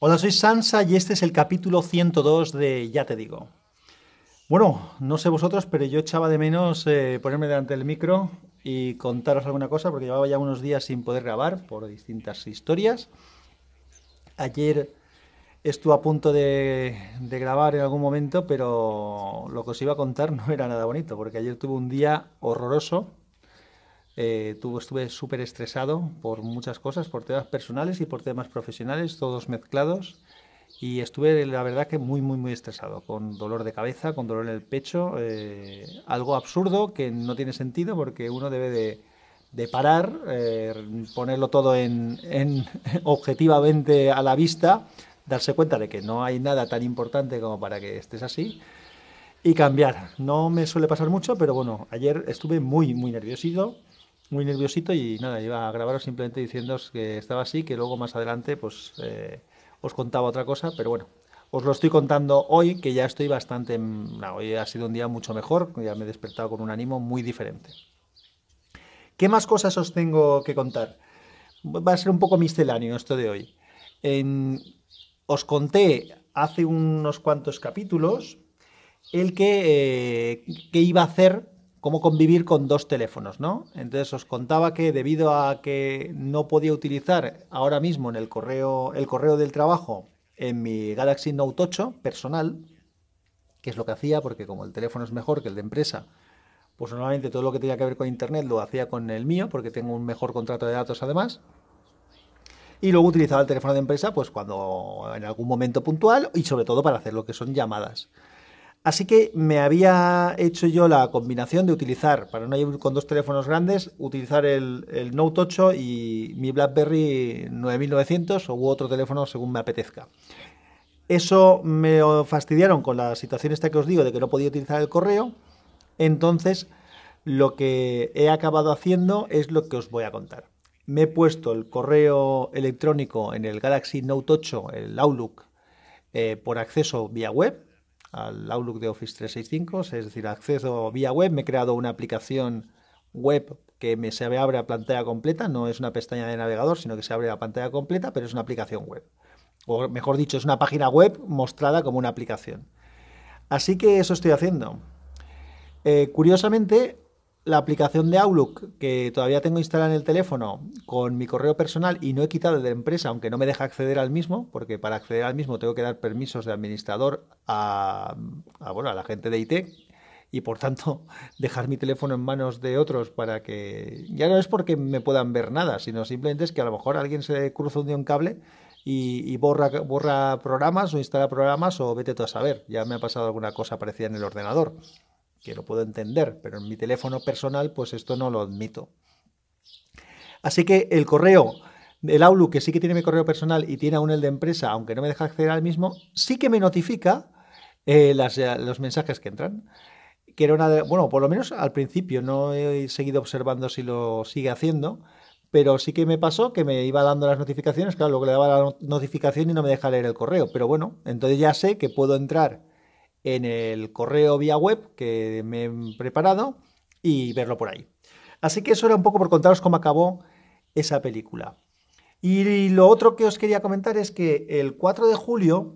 Hola, soy Sansa y este es el capítulo 102 de Ya te digo. Bueno, no sé vosotros, pero yo echaba de menos ponerme delante del micro y contaros alguna cosa porque llevaba ya unos días sin poder grabar por distintas historias. Ayer estuve a punto de grabar en algún momento, pero lo que os iba a contar no era nada bonito porque ayer tuve un día horroroso. Estuve súper estresado por muchas cosas, por temas personales y por temas profesionales, todos mezclados. Y estuve, la verdad, que muy estresado, con dolor de cabeza, con dolor en el pecho, algo absurdo que no tiene sentido porque uno debe de parar, ponerlo todo en objetivamente a la vista, darse cuenta de que no hay nada tan importante como para que estés así y cambiar. No me suele pasar mucho, pero bueno, ayer estuve muy nerviosito y nada, iba a grabaros simplemente diciéndoos que estaba así, que luego más adelante pues os contaba otra cosa, pero bueno, os lo estoy contando hoy, que ya estoy bastante... hoy ha sido un día mucho mejor, ya me he despertado con un ánimo muy diferente. ¿Qué más cosas os tengo que contar? Va a ser un poco misceláneo esto de hoy. En- Os conté hace unos cuantos capítulos el que iba a hacer, cómo convivir con dos teléfonos, ¿no? Entonces os contaba que debido a que no podía utilizar ahora mismo en el correo del trabajo en mi Galaxy Note 8 personal, que es lo que hacía, porque como el teléfono es mejor que el de empresa, pues normalmente todo lo que tenía que ver con internet lo hacía con el mío, porque tengo un mejor contrato de datos además. Y luego utilizaba el teléfono de empresa, pues cuando en algún momento puntual y sobre todo para hacer lo que son llamadas. Así que me había hecho yo la combinación de utilizar, para no ir con dos teléfonos grandes, utilizar el Note 8 y mi BlackBerry 9900 u otro teléfono según me apetezca. Eso me fastidiaron con la situación esta que os digo de que no podía utilizar el correo. Entonces, lo que he acabado haciendo es lo que os voy a contar. Me he puesto el correo electrónico en el Galaxy Note 8, el Outlook, por acceso vía web, al Outlook de Office 365, es decir, acceso vía web. Me he creado una aplicación web que se abre a pantalla completa, no es una pestaña de navegador, sino que se abre a pantalla completa, pero es una aplicación web. O mejor dicho, es una página web mostrada como una aplicación. Así que eso estoy haciendo. Curiosamente, la aplicación de Outlook que todavía tengo instalada en el teléfono con mi correo personal y no he quitado el de empresa, aunque no me deja acceder al mismo, porque para acceder al mismo tengo que dar permisos de administrador bueno, a la gente de IT y por tanto dejar mi teléfono en manos de otros para que ya no es porque me puedan ver nada, sino simplemente es que a lo mejor alguien se cruza un día un cable y borra programas o instala programas o vete tú a saber. Ya me ha pasado alguna cosa parecida en el ordenador que lo puedo entender, pero en mi teléfono personal pues esto no lo admito. Así que el correo, el Outlook, que sí que tiene mi correo personal y tiene aún el de empresa, aunque no me deja acceder al mismo, sí que me notifica los mensajes que entran. Que era bueno, por lo menos al principio, no he seguido observando si lo sigue haciendo, pero sí que me pasó que me iba dando las notificaciones, claro, luego le daba la notificación y no me deja leer el correo, pero bueno, entonces ya sé que puedo entrar en el correo vía web que me he preparado y verlo por ahí. Así que eso era un poco por contaros cómo acabó esa película. Y lo otro que os quería comentar es que el 4 de julio,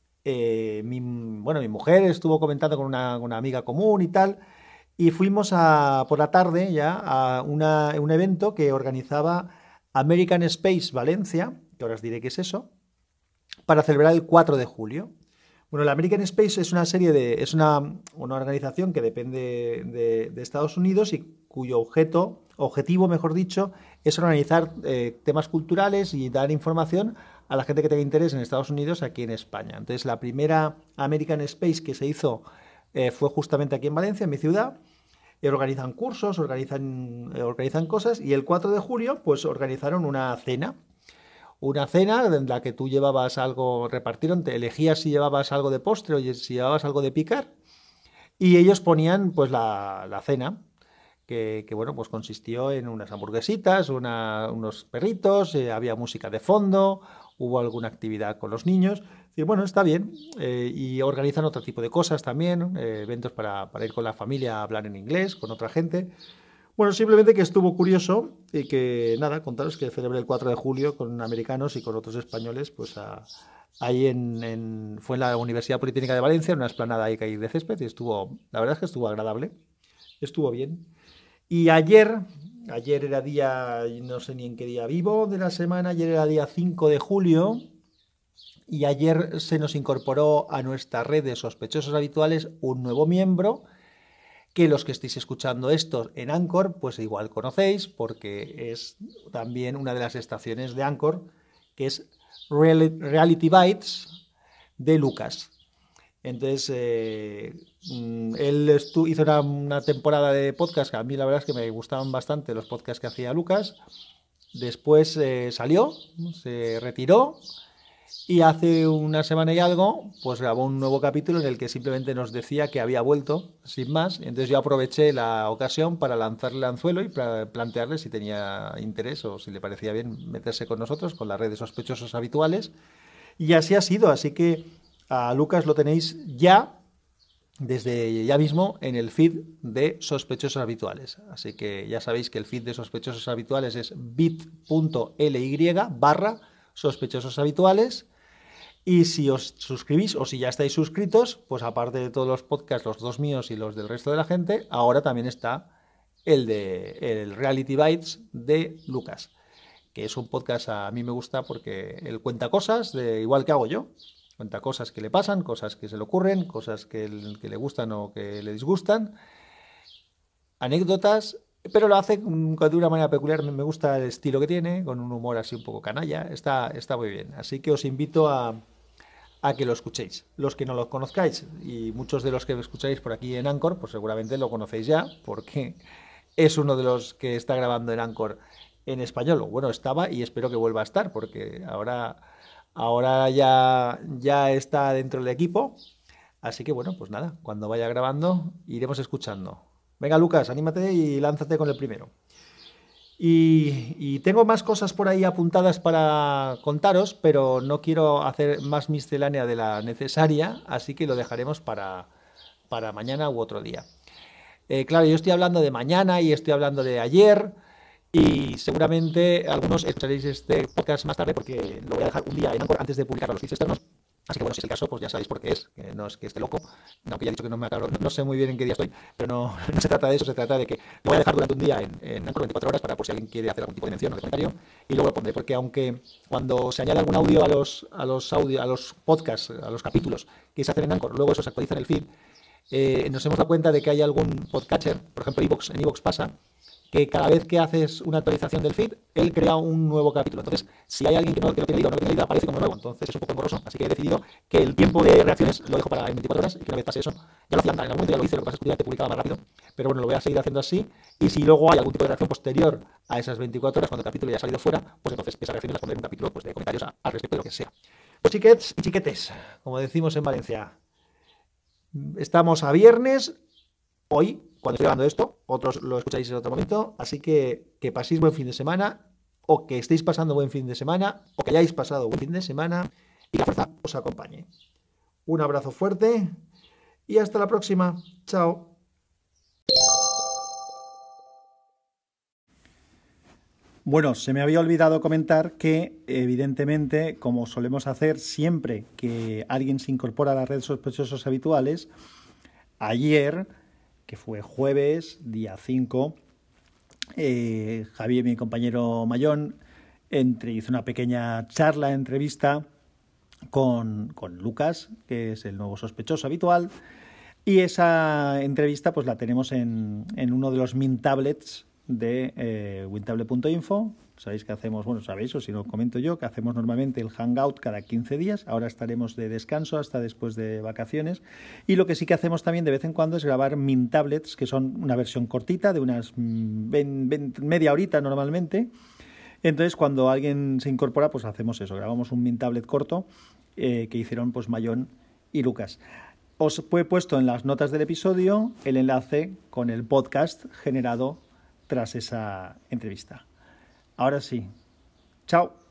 bueno, mi mujer estuvo comentando con una amiga común y tal, y fuimos por la tarde ya a un evento que organizaba American Space Valencia, que ahora os diré qué es eso, para celebrar el 4 de julio. Bueno, la American Space es una es una organización que depende de Estados Unidos y cuyo objetivo, mejor dicho, es organizar temas culturales y dar información a la gente que tenga interés en Estados Unidos aquí en España. Entonces, la primera American Space que se hizo fue justamente aquí en Valencia, en mi ciudad. Organizan cursos, organizan cosas y el 4 de julio pues organizaron una cena en la que tú llevabas algo, repartieron, te elegías si llevabas algo de postre o si llevabas algo de picar, y ellos ponían pues la cena, bueno, pues consistió en unas hamburguesitas, unos perritos, había música de fondo, hubo alguna actividad con los niños, y bueno, está bien, y organizan otro tipo de cosas también, eventos para ir con la familia a hablar en inglés, con otra gente. Bueno, simplemente que estuvo curioso y que nada, contaros que celebré el 4 de julio con americanos y con otros españoles, pues ahí fue en la Universidad Politécnica de Valencia, en una explanada ahí que hay de césped, y la verdad es que estuvo agradable, estuvo bien. Y ayer era día, no sé ni en qué día vivo de la semana, ayer era día 5 de julio, y ayer se nos incorporó a nuestra red de sospechosos habituales un nuevo miembro, que los que estéis escuchando esto en Anchor, pues igual conocéis, porque es también una de las estaciones de Anchor, que es Reality Bites de Lucas. Entonces, él hizo una temporada de podcast, que a mí la verdad es que me gustaban bastante los podcasts que hacía Lucas. Después salió, se retiró, y hace una semana y algo, pues grabó un nuevo capítulo en el que simplemente nos decía que había vuelto, sin más. Entonces yo aproveché la ocasión para lanzarle el anzuelo y plantearle si tenía interés o si le parecía bien meterse con nosotros, con la red de sospechosos habituales. Y así ha sido, así que a Lucas lo tenéis ya, desde ya mismo, en el feed de sospechosos habituales. Así que ya sabéis que el feed de sospechosos habituales es bit.ly/sospechosos habituales. Y si os suscribís o si ya estáis suscritos, pues aparte de todos los podcasts, los dos míos y los del resto de la gente, ahora también está el Reality Bites de Lucas, que es un podcast a mí me gusta porque él cuenta cosas, igual que hago yo. Cuenta cosas que le pasan, cosas que se le ocurren, cosas que le gustan o que le disgustan, anécdotas, pero lo hace de una manera peculiar. Me gusta el estilo que tiene, con un humor así un poco canalla. Está muy bien. Así que os invito a que lo escuchéis. Los que no lo conozcáis, y muchos de los que escucháis por aquí en Anchor, pues seguramente lo conocéis ya, porque es uno de los que está grabando en Anchor en español. Bueno, estaba y espero que vuelva a estar, porque ahora ya está dentro del equipo. Así que bueno, pues nada, cuando vaya grabando iremos escuchando. Venga, Lucas, anímate y lánzate con el primero. Y tengo más cosas por ahí apuntadas para contaros, pero no quiero hacer más miscelánea de la necesaria, así que lo dejaremos para mañana u otro día. Claro, yo estoy hablando de mañana y estoy hablando de ayer, y seguramente algunos escucharéis este podcast más tarde porque lo voy a dejar un día en Anchor antes de publicar a los feeds externos. Así que bueno, si es el caso, pues ya sabéis por qué es, que no es que esté loco, aunque ya he dicho que no sé muy bien en qué día estoy, pero no se trata de eso, se trata de que lo voy a dejar durante un día en Anchor 24 horas para por si alguien quiere hacer algún tipo de mención o de comentario, y luego lo pondré, porque aunque cuando se añade algún audio a los podcasts, a los capítulos que se hacen en Anchor, luego eso se actualiza en el feed, nos hemos dado cuenta de que hay algún podcatcher, por ejemplo en iVoox pasa, que cada vez que haces una actualización del feed, él crea un nuevo capítulo. Entonces, si hay alguien que no tiene leído o no tiene leído, aparece como nuevo. Entonces es un poco engorroso. Así que he decidido que el tiempo de reacciones lo dejo para en 24 horas y que una vez pase eso, ya lo hacía en algún momento, ya lo hice, lo que pasa es que te publicaba más rápido. Pero bueno, lo voy a seguir haciendo así. Y si luego hay algún tipo de reacción posterior a esas 24 horas, cuando el capítulo ya ha salido fuera, pues entonces esas reacciones las pondré en un capítulo pues, de comentarios al respecto de lo que sea. Pues chiquets y chiquetes, como decimos en Valencia, estamos a viernes. Hoy, cuando estoy grabando esto, otros lo escucháis en otro momento, así que paséis buen fin de semana, o que estéis pasando buen fin de semana, o que hayáis pasado buen fin de semana, y que la fuerza os acompañe. Un abrazo fuerte y hasta la próxima. Chao. Bueno, se me había olvidado comentar que, evidentemente, como solemos hacer siempre que alguien se incorpora a la red de sospechosos habituales, ayer, que fue jueves, día 5, Javier, mi compañero Mayón, hizo una pequeña entrevista con Lucas, que es el nuevo sospechoso habitual, y esa entrevista pues la tenemos en uno de los Mint Tablets de wintable.info. Sabéis que hacemos, bueno, sabéis, o si no os comento yo, que hacemos normalmente el Hangout cada 15 días. Ahora estaremos de descanso hasta después de vacaciones. Y lo que sí que hacemos también de vez en cuando es grabar Mint Tablets, que son una versión cortita de unas media horita normalmente. Entonces, cuando alguien se incorpora, pues hacemos eso, grabamos un Mint Tablet corto que hicieron pues Mayón y Lucas. Os he puesto en las notas del episodio el enlace con el podcast generado tras esa entrevista. Ahora sí. Chao.